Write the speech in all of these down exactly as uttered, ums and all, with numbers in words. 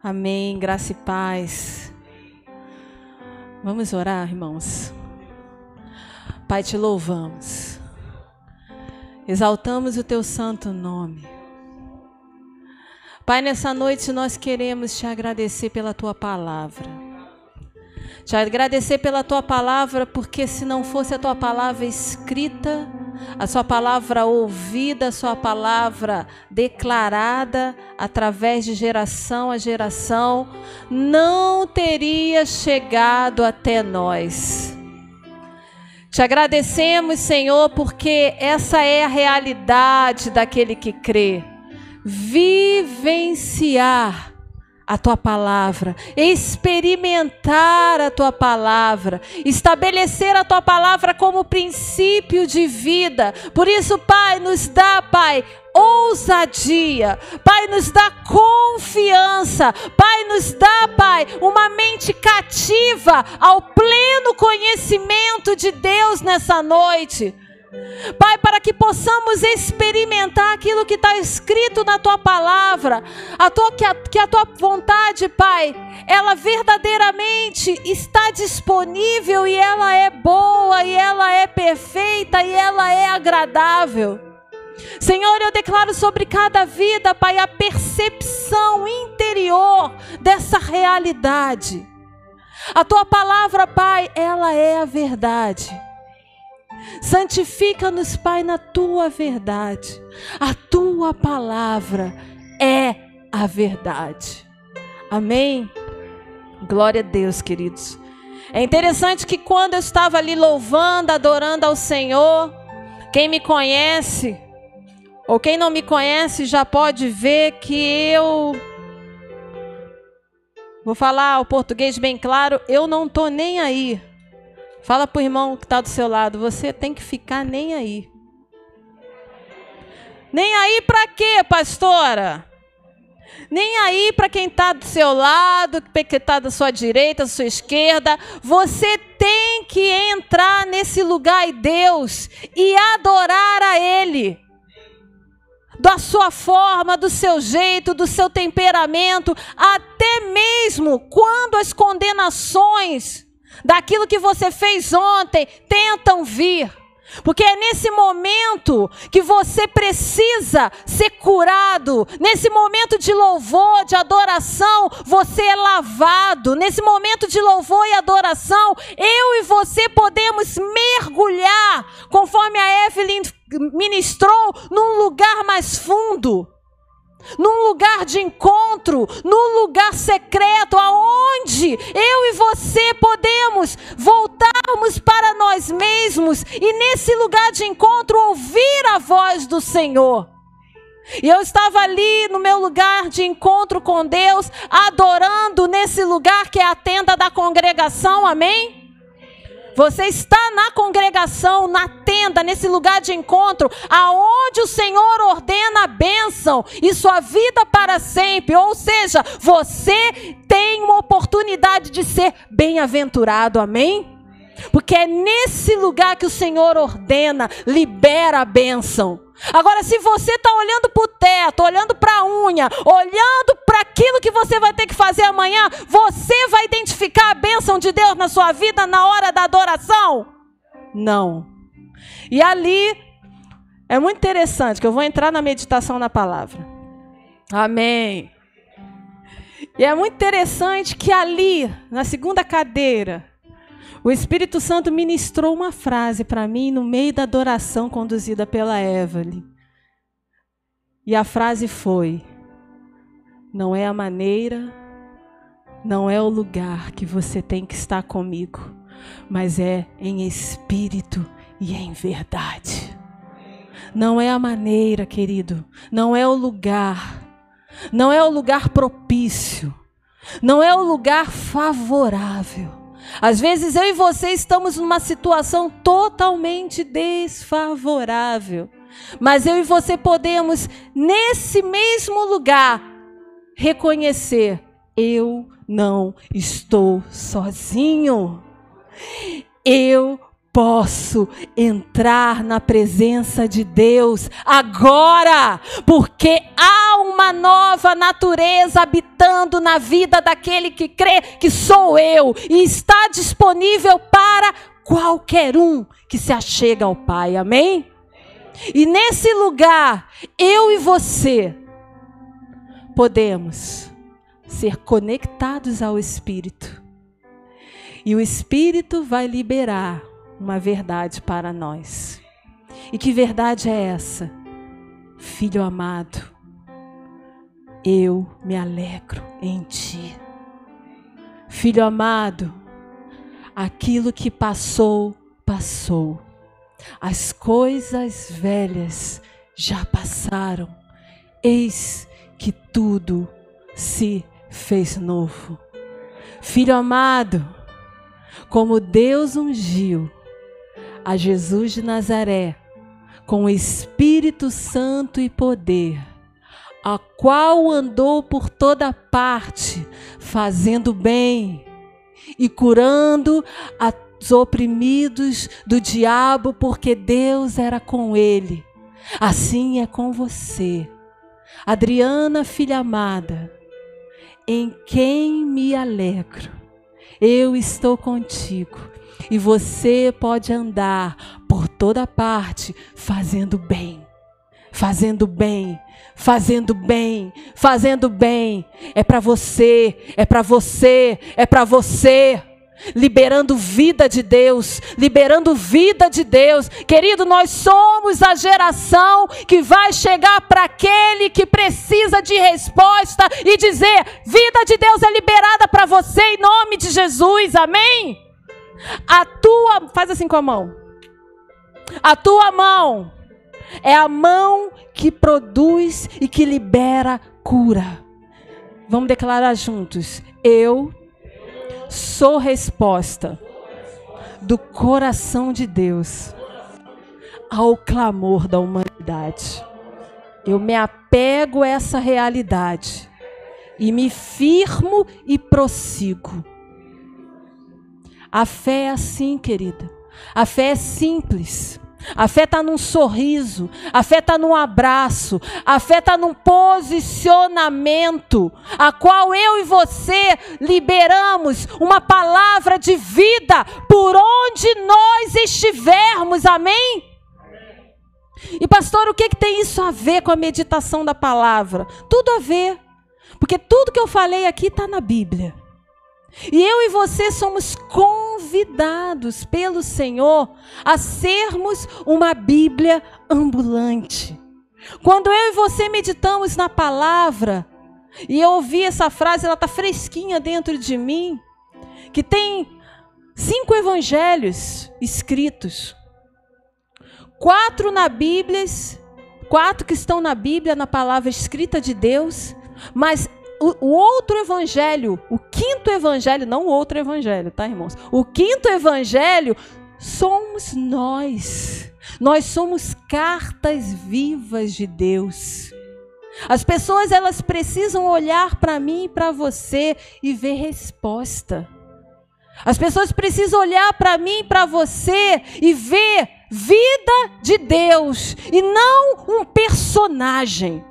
Amém, graça e paz. Vamos orar, irmãos. Pai, te louvamos. Exaltamos o teu santo nome. Pai, nessa noite nós queremos te agradecer pela tua palavra. Te agradecer pela tua palavra, porque se não fosse a tua palavra escrita, a sua palavra ouvida, a sua palavra declarada através de geração a geração, não teria chegado até nós. Te agradecemos, Senhor, porque essa é a realidade daquele que crê. Vivenciar a tua palavra, experimentar a tua palavra, estabelecer a tua palavra como princípio de vida. Por isso, Pai, nos dá, Pai, ousadia, Pai, nos dá confiança, Pai, nos dá, Pai, uma mente cativa ao pleno conhecimento de Deus nessa noite. Pai, para que possamos experimentar aquilo que está escrito na tua palavra, a tua, que, a, que a tua vontade, Pai, ela verdadeiramente está disponível e ela é boa, e ela é perfeita, e ela é agradável. Senhor, eu declaro sobre cada vida, Pai, a percepção interior dessa realidade. A tua palavra, Pai, ela é a verdade. Santifica-nos, Pai, na tua verdade. A tua palavra é a verdade. Amém? Glória a Deus, queridos. É interessante que quando eu estava ali louvando, adorando ao Senhor, quem me conhece, ou quem não me conhece, já pode ver que eu... Vou falar o português bem claro, eu não estou nem aí. Fala para o irmão que está do seu lado, você tem que ficar nem aí. Nem aí para quê, pastora? Nem aí para quem está do seu lado, que está da sua direita, da sua esquerda. Você tem que entrar nesse lugar em Deus e adorar a Ele. Da sua forma, do seu jeito, do seu temperamento, até mesmo quando as condenações daquilo que você fez ontem tentam vir, porque é nesse momento que você precisa ser curado. Nesse momento de louvor, de adoração, você é lavado. Nesse momento de louvor e adoração, eu e você podemos mergulhar, conforme a Evelyn ministrou, num lugar mais fundo, num lugar de encontro, num lugar secreto, aonde eu e você podemos voltarmos para nós mesmos e nesse lugar de encontro ouvir a voz do Senhor. E eu estava ali no meu lugar de encontro com Deus, adorando nesse lugar que é a tenda da congregação, amém? Você está na congregação, na tenda, nesse lugar de encontro, aonde o Senhor ordena a bênção e sua vida para sempre. Ou seja, você tem uma oportunidade de ser bem-aventurado, amém? Porque é nesse lugar que o Senhor ordena, libera a bênção. Agora, se você está olhando para o teto, olhando para a unha, olhando para aquilo que você vai ter que fazer amanhã, você vai identificar a bênção de Deus na sua vida na hora da adoração? Não. E ali, é muito interessante, que eu vou entrar na meditação na palavra. Amém. E é muito interessante que ali, na segunda cadeira, o Espírito Santo ministrou uma frase para mim no meio da adoração conduzida pela Evelyn. E a frase foi: não é a maneira, não é o lugar que você tem que estar comigo, mas é em espírito e em verdade. Não é a maneira, querido, não é o lugar, não é o lugar propício, não é o lugar favorável. Às vezes eu e você estamos numa situação totalmente desfavorável, mas eu e você podemos, nesse mesmo lugar, reconhecer: eu não estou sozinho. Eu posso entrar na presença de Deus agora, porque há uma nova natureza habitando na vida daquele que crê que sou eu, e está disponível para qualquer um que se achega ao Pai, amém? E nesse lugar, eu e você podemos ser conectados ao Espírito, e o Espírito vai liberar uma verdade para nós. E que verdade é essa? Filho amado, eu me alegro em ti. Filho amado, aquilo que passou, passou. As coisas velhas já passaram. Eis que tudo se fez novo. Filho amado, como Deus ungiu a Jesus de Nazaré com o Espírito Santo e poder, a qual andou por toda parte, fazendo bem e curando os oprimidos do diabo, porque Deus era com ele. Assim é com você, Adriana, filha amada, em quem me alegro. Eu estou contigo. E você pode andar por toda parte fazendo bem, fazendo bem, fazendo bem, fazendo bem. É para você, é para você, é para você. Liberando vida de Deus, liberando vida de Deus. Querido, nós somos a geração que vai chegar para aquele que precisa de resposta e dizer: vida de Deus é liberada para você em nome de Jesus, amém? A tua, faz assim com a mão. A tua mão é a mão que produz e que libera cura. Vamos declarar juntos: eu sou resposta do coração de Deus ao clamor da humanidade. Eu me apego a essa realidade e me firmo e prossigo. A fé é assim, querida. A fé é simples. A fé está num sorriso, a fé está num abraço, a fé está num posicionamento, a qual eu e você liberamos uma palavra de vida por onde nós estivermos, amém? E pastor, o que, que tem isso a ver com a meditação da palavra? Tudo a ver, porque tudo que eu falei aqui está na Bíblia. E eu e você somos convidados pelo Senhor a sermos uma Bíblia ambulante. Quando eu e você meditamos na palavra, e eu ouvi essa frase, ela está fresquinha dentro de mim, que tem cinco evangelhos escritos. Quatro na Bíblia, quatro que estão na Bíblia, na palavra escrita de Deus, mas o, o outro evangelho, o quinto evangelho, não o outro evangelho, tá, irmãos? O quinto evangelho somos nós. Nós somos cartas vivas de Deus. As pessoas, elas precisam olhar para mim e para você e ver resposta. As pessoas precisam olhar para mim e para você e ver vida de Deus e não um personagem.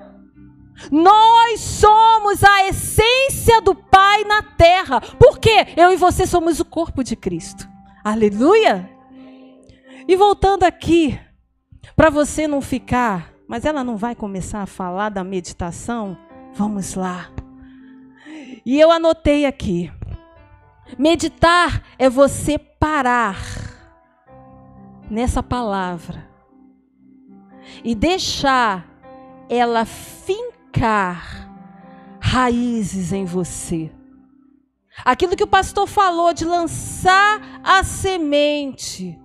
Nós somos a essência do Pai na terra. Por quê? Eu e você somos o corpo de Cristo. Aleluia! E voltando aqui, para você não ficar, mas ela não vai começar a falar da meditação? Vamos lá. E eu anotei aqui. Meditar é você parar nessa palavra e deixar ela fincar raízes em você. Aquilo que o pastor falou de lançar a semente.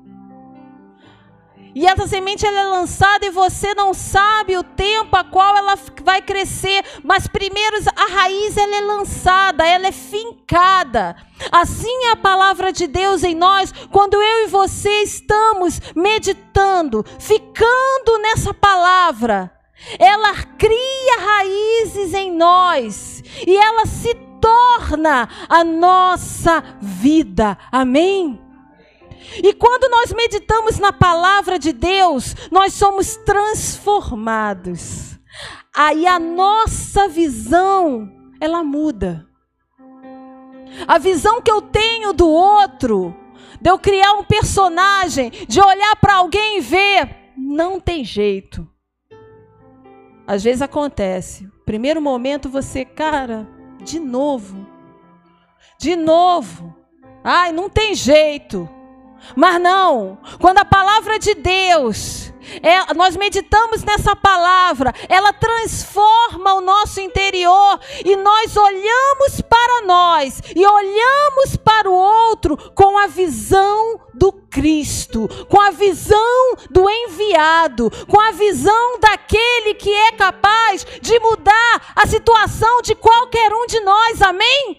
E essa semente, ela é lançada e você não sabe o tempo a qual ela vai crescer. Mas primeiro a raiz, ela é lançada, ela é fincada. Assim é a palavra de Deus em nós. Quando eu e você estamos meditando, ficando nessa palavra, ela cria raízes em nós. E ela se torna a nossa vida. Amém? E quando nós meditamos na palavra de Deus, nós somos transformados. Aí a nossa visão, ela muda. A visão que eu tenho do outro, de eu criar um personagem, de olhar para alguém e ver, não tem jeito. Às vezes acontece. Primeiro momento você, cara, de novo. De novo. Ai, não tem jeito. Mas não, quando a palavra de Deus, é, nós meditamos nessa palavra, ela transforma o nosso interior e nós olhamos para nós e olhamos para o outro com a visão do Cristo, com a visão do enviado, com a visão daquele que é capaz de mudar a situação de qualquer um de nós, amém?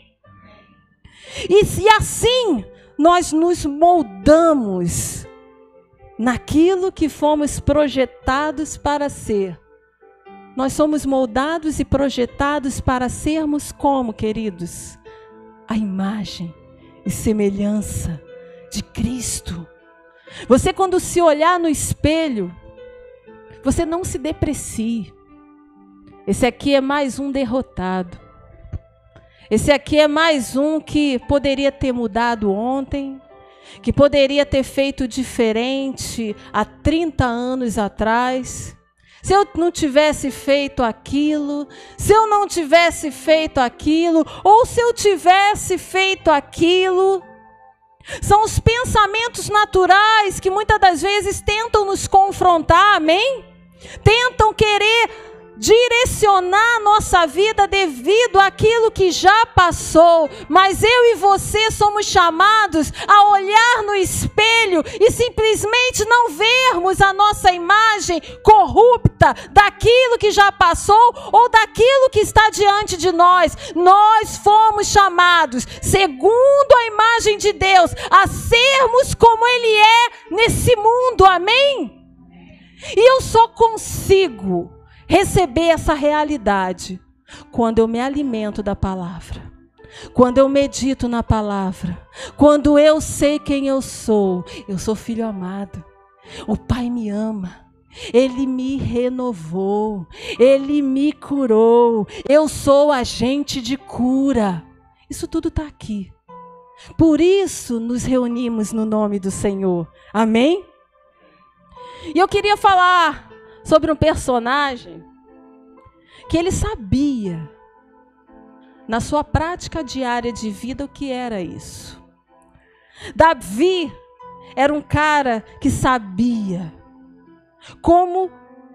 E, e assim nós nos moldamos naquilo que fomos projetados para ser. Nós somos moldados e projetados para sermos como, queridos? A imagem e semelhança de Cristo. Você, quando se olhar no espelho, você não se deprecie. Esse aqui é mais um derrotado. Esse aqui é mais um que poderia ter mudado ontem, que poderia ter feito diferente há trinta anos atrás. Se eu não tivesse feito aquilo, se eu não tivesse feito aquilo, ou se eu tivesse feito aquilo. São os pensamentos naturais que muitas das vezes tentam nos confrontar, amém? Tentam querer direcionar a nossa vida devido àquilo que já passou, mas eu e você somos chamados a olhar no espelho e simplesmente não vermos a nossa imagem corrupta daquilo que já passou ou daquilo que está diante de nós. Nós fomos chamados, segundo a imagem de Deus, a sermos como Ele é nesse mundo, amém? E eu só consigo receber essa realidade quando eu me alimento da palavra, quando eu medito na palavra, quando eu sei quem eu sou. Eu sou filho amado, o Pai me ama, Ele me renovou, Ele me curou, eu sou agente de cura. Isso tudo está aqui. Por isso nos reunimos no nome do Senhor, amém? E eu queria falar sobre um personagem que ele sabia, na sua prática diária de vida, o que era isso. Davi era um cara que sabia como,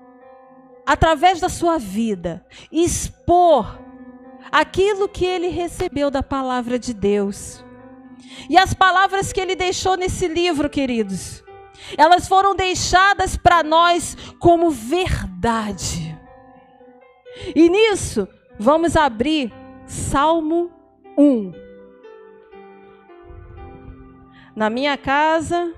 através da sua vida, expor aquilo que ele recebeu da palavra de Deus. E as palavras que ele deixou nesse livro, queridos, elas foram deixadas para nós como verdade. E nisso, vamos abrir Salmo um. Na minha casa,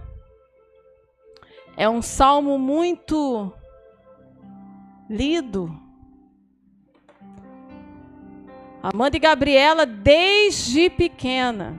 é um salmo muito lido. Amanda e Gabriela, desde pequena,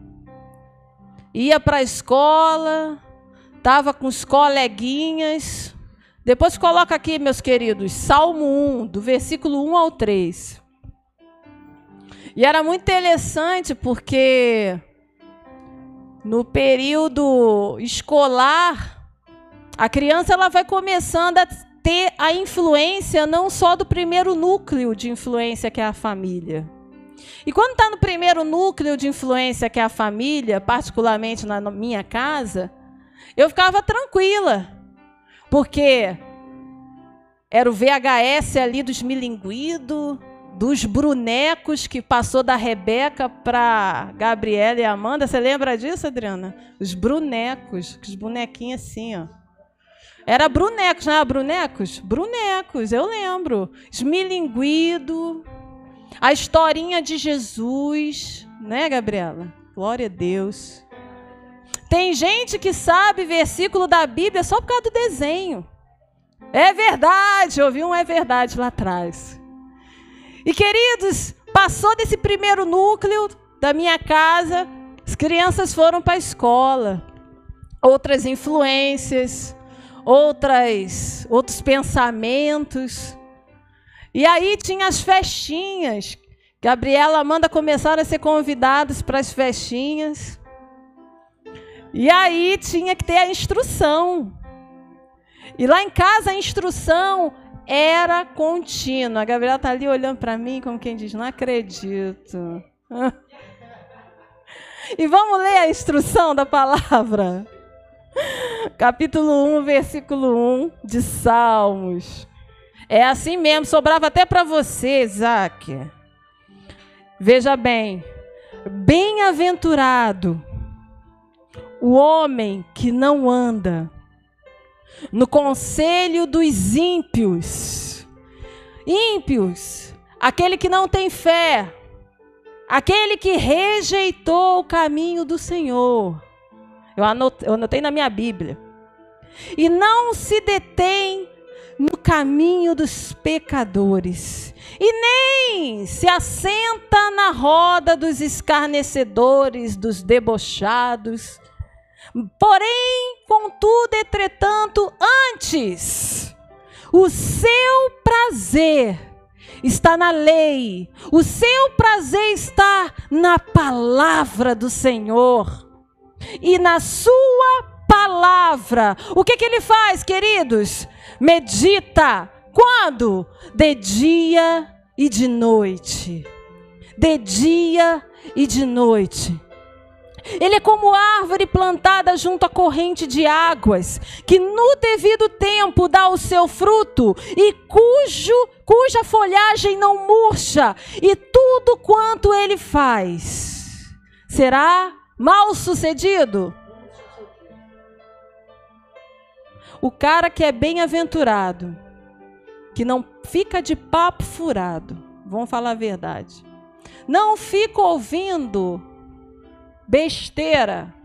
ia para a escola, estava com os coleguinhas. Depois coloca aqui, meus queridos, Salmo um, do versículo um ao três. E era muito interessante porque no período escolar, a criança ela vai começando a ter a influência não só do primeiro núcleo de influência, que é a família. E quando está no primeiro núcleo de influência, que é a família, particularmente na minha casa, eu ficava tranquila, porque era o V H S ali dos milinguidos, dos brunecos, que passou da Rebeca para Gabriela e Amanda. Você lembra disso, Adriana? Os brunecos, os bonequinhos assim, ó. Era brunecos, não era brunecos? Brunecos, eu lembro. Esmilinguido, a historinha de Jesus, né, Gabriela? Glória a Deus. Tem gente que sabe versículo da Bíblia só por causa do desenho. É verdade, eu ouvi um é verdade lá atrás. E, queridos, passou desse primeiro núcleo da minha casa, as crianças foram para a escola. outras influências, outras, outros pensamentos. E aí tinha as festinhas. Gabriela manda começar a ser convidados para as festinhas. E aí tinha que ter a instrução. E lá em casa a instrução era contínua. A Gabriela está ali olhando para mim como quem diz, não acredito. E vamos ler a instrução da palavra. Capítulo um, versículo um de Salmos. É assim mesmo, sobrava até para você, Isaac. Veja bem, bem-aventurado o homem que não anda no conselho dos ímpios. Ímpios, aquele que não tem fé, aquele que rejeitou o caminho do Senhor. Eu anotei, eu anotei na minha Bíblia. E não se detém no caminho dos pecadores, e nem se assenta na roda dos escarnecedores, dos debochados. Porém, contudo, entretanto, antes, o seu prazer está na lei, o seu prazer está na palavra do Senhor, e na sua palavra, o que que ele faz, queridos? Medita. Quando? De dia e de noite. De dia e de noite. Ele é como árvore plantada junto à corrente de águas, que no devido tempo dá o seu fruto, e cujo, cuja folhagem não murcha, e tudo quanto ele faz será mal sucedido. O cara que é bem-aventurado, que não fica de papo furado, vamos falar a verdade, não fica ouvindo besteira,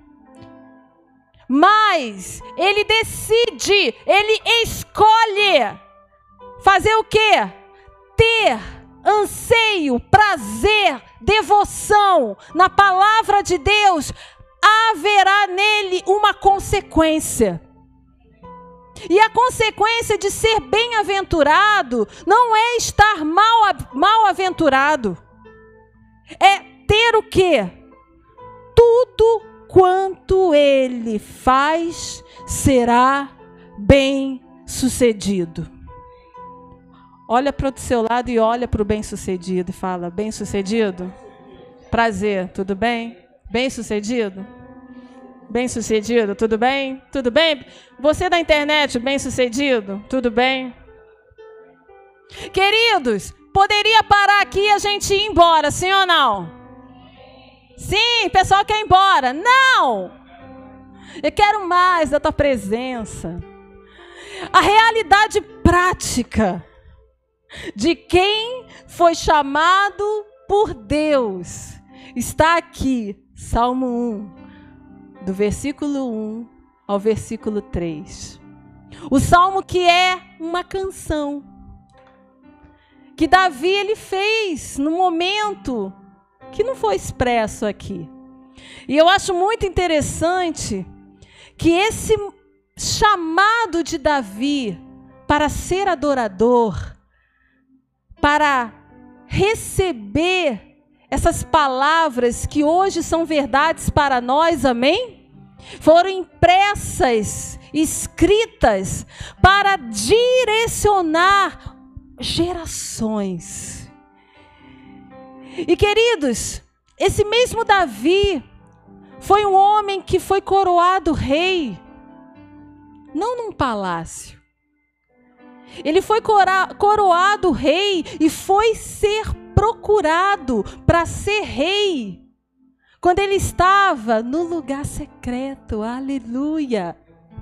mas ele decide, ele escolhe fazer o quê? Ter anseio, prazer, devoção na palavra de Deus, haverá nele uma consequência. E a consequência de ser bem-aventurado não é estar mal, mal-aventurado. É ter o quê? Tudo quanto ele faz será bem-sucedido. Olha para o seu lado e olha para o bem-sucedido e fala, bem-sucedido? Prazer, tudo bem? Bem-sucedido? Bem-sucedido, tudo bem? Tudo bem? Você da internet, bem-sucedido? Tudo bem? Queridos, poderia parar aqui e a gente ir embora, sim ou não? Sim, o pessoal quer ir embora. Não! Eu quero mais da tua presença. A realidade prática de quem foi chamado por Deus está aqui, Salmo um. Do versículo um ao versículo três. O salmo que é uma canção que Davi ele fez no momento que não foi expresso aqui. E eu acho muito interessante que esse chamado de Davi para ser adorador, para receber essas palavras que hoje são verdades para nós, amém? Foram impressas, escritas para direcionar gerações. E queridos, esse mesmo Davi foi um homem que foi coroado rei, não num palácio. Ele foi coroado rei e foi ser procurado para ser rei quando ele estava no lugar secreto, aleluia.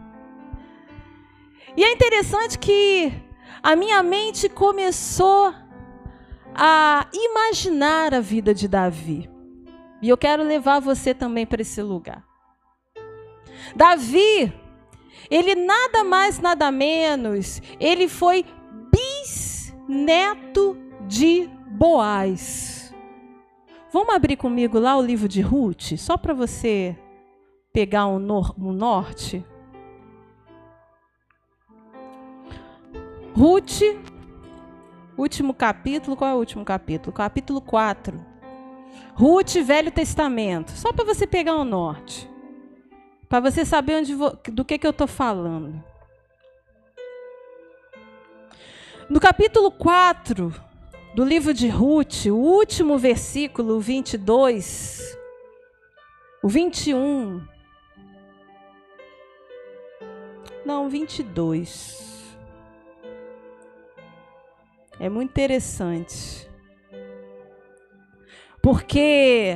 E é interessante que a minha mente começou a imaginar a vida de Davi, e eu quero levar você também para esse lugar. Davi, ele nada mais nada menos, ele foi bisneto de Boaz. Vamos abrir comigo lá o livro de Ruth, só para você pegar um, nor um norte? Ruth, último capítulo, qual é o último capítulo? Capítulo quatro. Ruth, Velho Testamento, só para você pegar um norte. Para você saber onde do que, que eu estou falando. No capítulo quatro do livro de Ruth, o último versículo, o vinte e dois, o vinte e um, não, vinte e dois. É muito interessante. Porque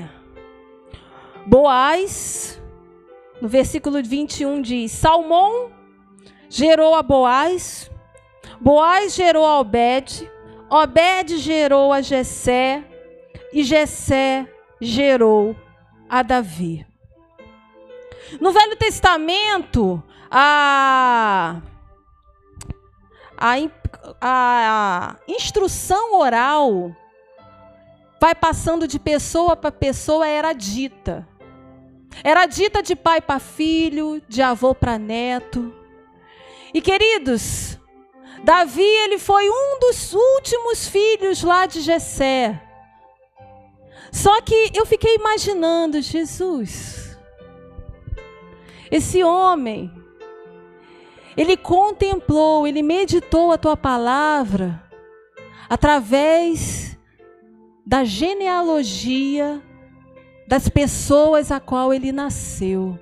Boaz, no versículo vinte e um diz, Salmão gerou a Boaz, Boaz gerou a Obed, Obed gerou a Jessé, e Jessé gerou a Davi. No Velho Testamento, a, a, a instrução oral vai passando de pessoa para pessoa, era dita. Era dita de pai para filho, de avô para neto. E queridos, Davi, ele foi um dos últimos filhos lá de Jessé. Só que eu fiquei imaginando, Jesus, esse homem, ele contemplou, ele meditou a tua palavra através da genealogia das pessoas a qual ele nasceu.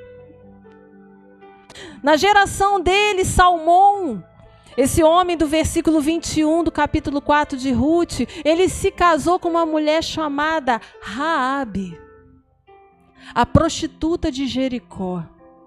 Na geração dele, Salmão, esse homem do versículo vinte e um do capítulo quatro de Ruth, ele se casou com uma mulher chamada Raabe, a prostituta de Jericó.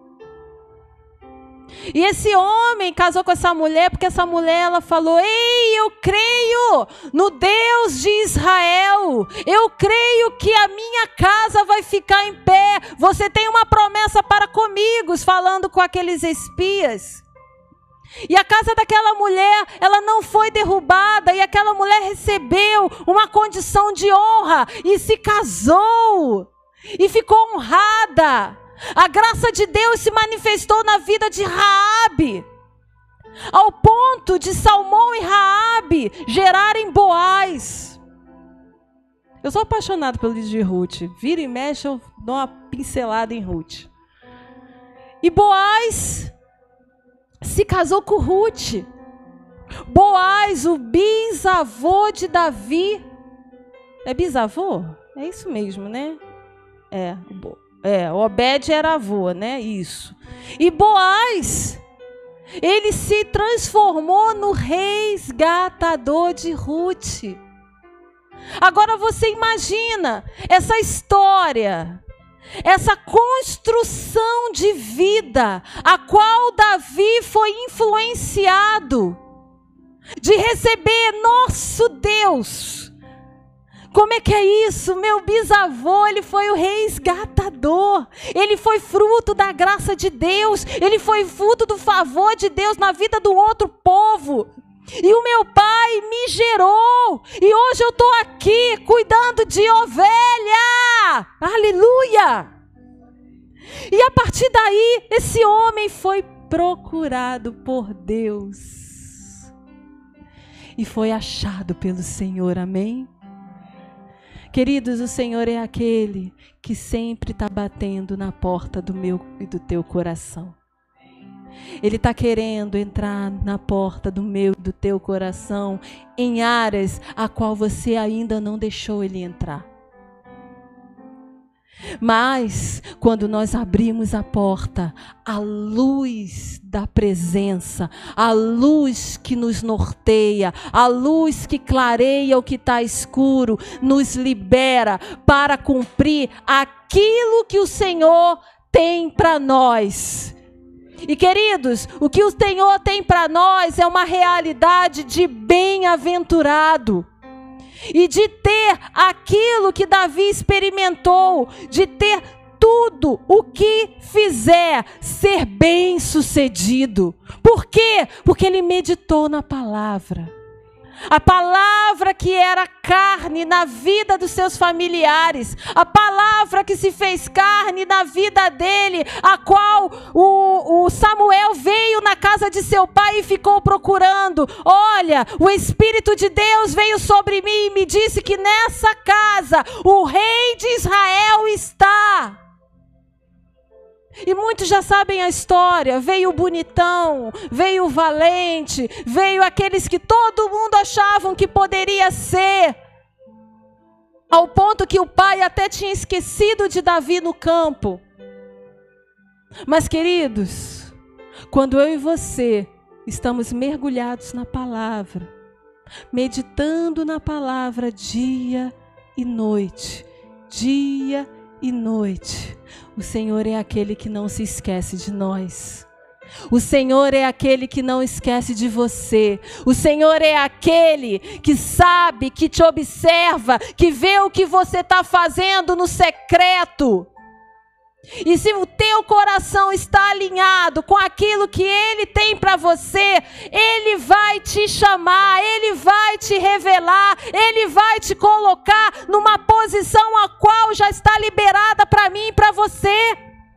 E esse homem casou com essa mulher porque essa mulher, ela falou, ei, eu creio no Deus de Israel, eu creio que a minha casa vai ficar em pé, você tem uma promessa para comigo, falando com aqueles espias. E a casa daquela mulher, ela não foi derrubada, e aquela mulher recebeu uma condição de honra, e se casou, e ficou honrada. A graça de Deus se manifestou na vida de Raabe, ao ponto de Salmão e Raabe gerarem Boaz. Eu sou apaixonado pelo livro de Ruth. Vira e mexe, eu dou uma pincelada em Ruth. E Boaz se casou com Ruth. Boaz, o bisavô de Davi. É bisavô? É isso mesmo, né? É, o É, Obed era avô, né? Isso. E Boaz, ele se transformou no resgatador de Ruth. Agora você imagina essa história, essa construção de vida, a qual Davi foi influenciado de receber nosso Deus. Como é que é isso? Meu bisavô, ele foi o resgatador. Ele foi fruto da graça de Deus. Ele foi fruto do favor de Deus na vida do outro povo. E o meu pai me gerou. E hoje eu estou aqui cuidando de ovelha. Aleluia! E a partir daí, esse homem foi procurado por Deus. E foi achado pelo Senhor, amém? Queridos, o Senhor é aquele que sempre está batendo na porta do meu e do teu coração. Ele está querendo entrar na porta do meu e do teu coração em áreas a qual você ainda não deixou ele entrar. Mas, quando nós abrimos a porta, a luz da presença, a luz que nos norteia, a luz que clareia o que está escuro, nos libera para cumprir aquilo que o Senhor tem para nós. E queridos, o que o Senhor tem para nós é uma realidade de bem-aventurado. E de ter aquilo que Davi experimentou, de ter tudo o que fizer ser bem sucedido. Por quê? Porque ele meditou na palavra. A palavra que era carne na vida dos seus familiares. A palavra que se fez carne na vida dele, a qual o, o Samuel veio na casa de seu pai e ficou procurando. Olha, o Espírito de Deus veio sobre mim e me disse que nessa casa o rei de Israel está. E muitos já sabem a história. Veio o bonitão, veio o valente, veio aqueles que todo mundo achavam que poderia ser. Ao ponto que o pai até tinha esquecido de Davi no campo. Mas queridos, quando eu e você estamos mergulhados na palavra, meditando na palavra dia e noite, dia e noite, o Senhor é aquele que não se esquece de nós. O Senhor é aquele que não esquece de você. O Senhor é aquele que sabe, que te observa, que vê o que você está fazendo no secreto. E se o teu coração está alinhado com aquilo que Ele tem para você, Ele vai te chamar, Ele vai te revelar, Ele vai te colocar numa posição a qual já está liberada para mim e para você.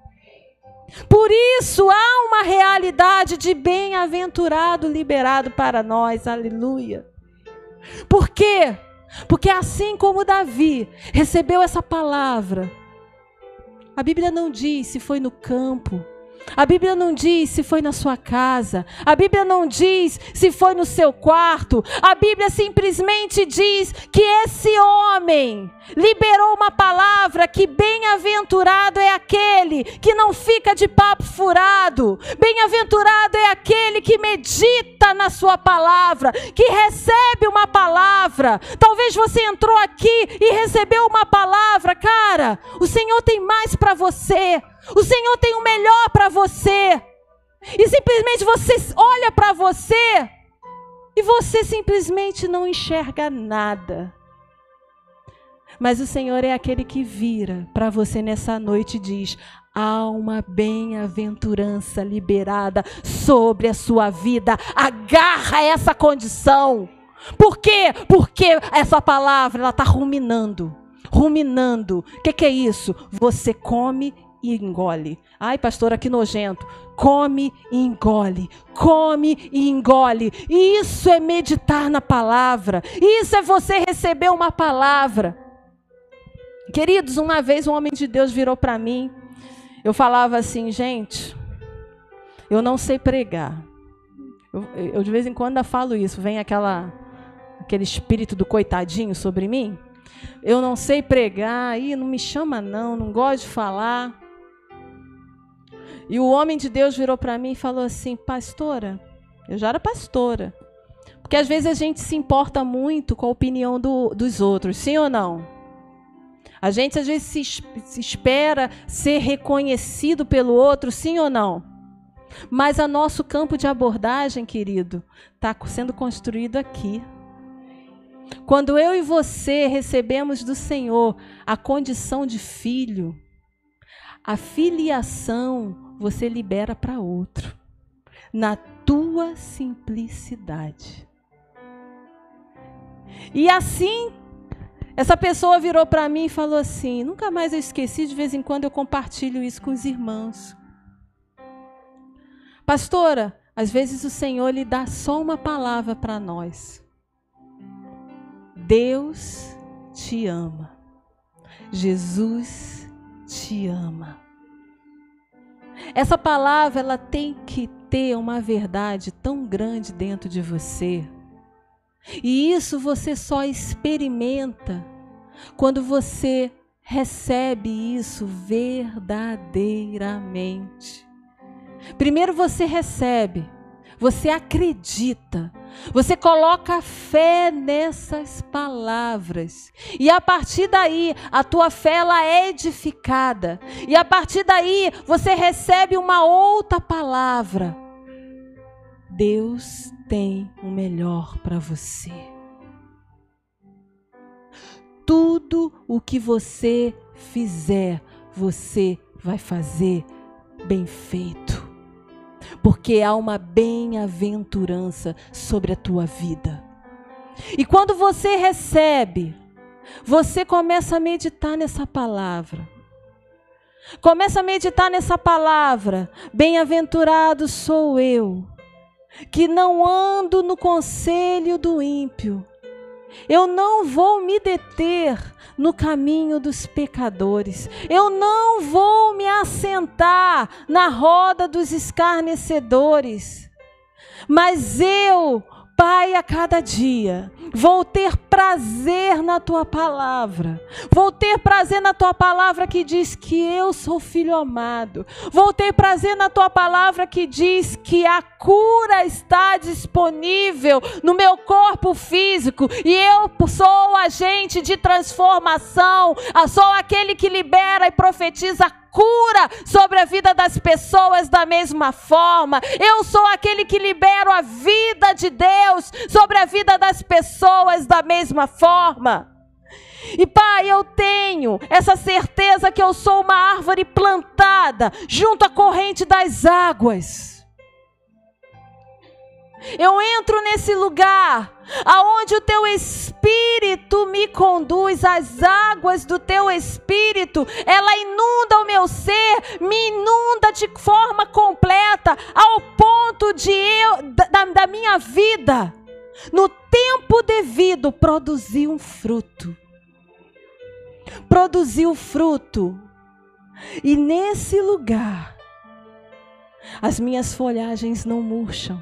Por isso há uma realidade de bem-aventurado liberado para nós, aleluia. Por quê? Porque assim como Davi recebeu essa palavra, a Bíblia não diz se foi no campo, a Bíblia não diz se foi na sua casa, a Bíblia não diz se foi no seu quarto, a Bíblia simplesmente diz que esse homem liberou uma palavra que bem-aventurado é aquele que não fica de papo furado, bem-aventurado é aquele que medita na sua palavra, que recebe uma palavra. Talvez você entrou aqui e recebeu uma palavra, cara, o Senhor tem mais para você. O Senhor tem o melhor para você. E simplesmente você olha para você e você simplesmente não enxerga nada. Mas o Senhor é aquele que vira para você nessa noite e diz: há uma bem-aventurança liberada sobre a sua vida. Agarra essa condição. Por quê? Porque essa palavra ela está ruminando. Ruminando. O que, que é isso? Você come e engole. Ai, pastora, que nojento. Come e engole. Come e engole. Isso é meditar na palavra. Isso é você receber uma palavra. Queridos, uma vez um homem de Deus virou para mim. Eu falava assim, gente, eu não sei pregar. Eu, eu de vez em quando eu falo isso. Vem aquela, aquele espírito do coitadinho sobre mim. Eu não sei pregar. Ih, não me chama não. Não gosto de falar. E o homem de Deus virou para mim e falou assim, pastora, eu já era pastora, porque às vezes a gente se importa muito com a opinião do, dos outros, sim ou não? A gente às vezes se, se espera ser reconhecido pelo outro, sim ou não? Mas o nosso campo de abordagem, querido, está sendo construído aqui. Quando eu e você recebemos do Senhor a condição de filho, a filiação você libera para outro, na tua simplicidade. E assim, essa pessoa virou para mim e falou assim, nunca mais eu esqueci, de vez em quando eu compartilho isso com os irmãos. Pastora, às vezes o Senhor lhe dá só uma palavra para nós. Deus te ama. Jesus te ama. Essa palavra, ela tem que ter uma verdade tão grande dentro de você. E isso você só experimenta quando você recebe isso verdadeiramente. Primeiro você recebe, você acredita, você coloca fé nessas palavras. E a partir daí, a tua fé ela é edificada. E a partir daí, você recebe uma outra palavra. Deus tem o melhor para você. Tudo o que você fizer, você vai fazer bem feito. Porque há uma bem-aventurança sobre a tua vida. E quando você recebe, você começa a meditar nessa palavra. Começa a meditar nessa palavra. Bem-aventurado sou eu, que não ando no conselho do ímpio. Eu não vou me deter no caminho dos pecadores. Eu não vou me assentar na roda dos escarnecedores. Mas eu, Pai, a cada dia, vou ter prazer na tua palavra. Vou ter prazer na tua palavra que diz que eu sou filho amado. Vou ter prazer na tua palavra que diz que a cura está disponível no meu corpo físico. E eu sou o agente de transformação. Eu sou aquele que libera e profetiza cura sobre a vida das pessoas da mesma forma. Eu sou aquele que libero a vida de Deus sobre a vida das pessoas da mesma forma. E Pai, eu tenho essa certeza que eu sou uma árvore plantada junto à corrente das águas. Eu entro nesse lugar aonde o teu Espírito me conduz, as águas do teu Espírito, ela inunda o meu ser, me inunda de forma completa, ao ponto de eu, da, da minha vida, no tempo devido, produzir um fruto. Produzir o fruto. E nesse lugar, as minhas folhagens não murcham.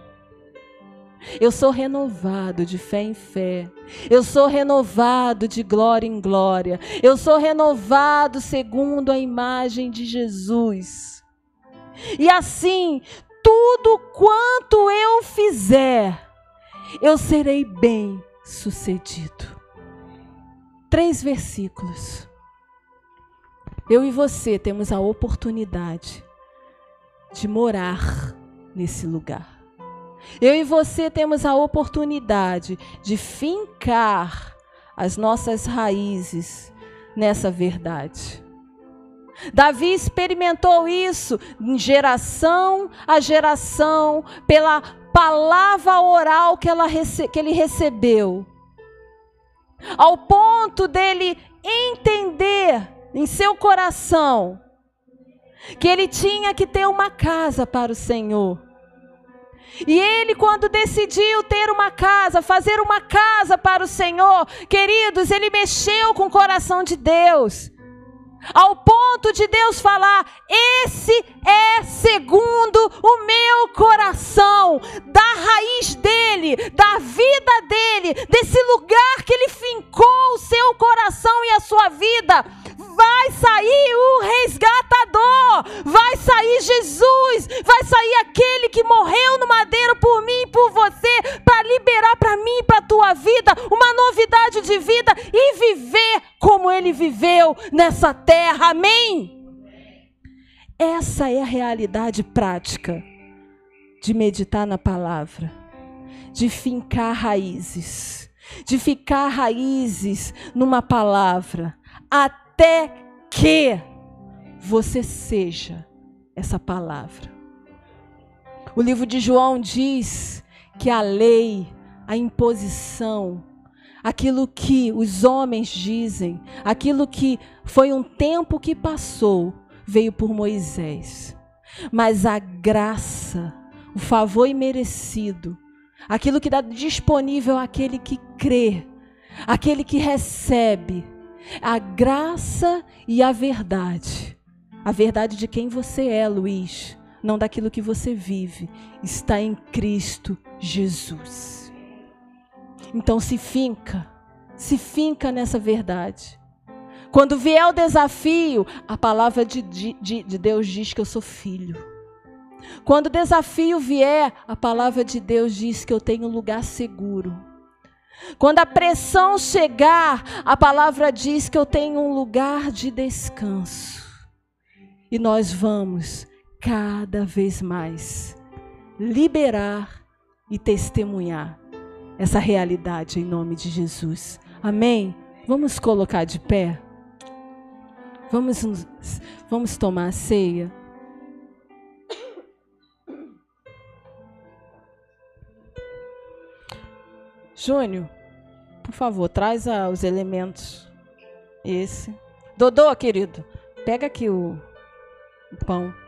Eu sou renovado de fé em fé. Eu sou renovado de glória em glória. Eu sou renovado segundo a imagem de Jesus. E assim, tudo quanto eu fizer, eu serei bem sucedido. Três versículos. Eu e você temos a oportunidade de morar nesse lugar. Eu e você temos a oportunidade de fincar as nossas raízes nessa verdade. Davi experimentou isso em geração a geração, pela palavra oral que, ela rece- que ele recebeu. Ao ponto dele entender em seu coração que ele tinha que ter uma casa para o Senhor. E ele, quando decidiu ter uma casa, fazer uma casa para o Senhor, queridos, ele mexeu com o coração de Deus. Ao ponto de Deus falar, esse é segundo o meu coração, da raiz dele, da vida dele, desse lugar que ele fincou o seu coração e a sua vida, vai sair o resgatador, vai sair Jesus, vai sair aquele que morreu no madeiro por mim e por você, para liberar para mim e para a tua vida uma novidade de vida e viver como ele viveu nessa terra, amém? Essa é a realidade prática de meditar na palavra, de fincar raízes, de ficar raízes numa palavra, até que você seja essa palavra. O livro de João diz que a lei, a imposição, aquilo que os homens dizem, aquilo que foi um tempo que passou, veio por Moisés. Mas a graça, o favor imerecido, aquilo que dá disponível àquele que crê, aquele que recebe, a graça e a verdade. A verdade de quem você é, Luiz, não daquilo que você vive, está em Cristo Jesus. Então se finca, se finca nessa verdade. Quando vier o desafio, a palavra de, de, de Deus diz que eu sou filho. Quando o desafio vier, a palavra de Deus diz que eu tenho um lugar seguro. Quando a pressão chegar, a palavra diz que eu tenho um lugar de descanso. E nós vamos cada vez mais liberar e testemunhar essa realidade em nome de Jesus. Amém? Vamos colocar de pé? Vamos, vamos tomar a ceia? Júnior, por favor, traz ah, os elementos. Esse. Dodô, querido, pega aqui o, o pão.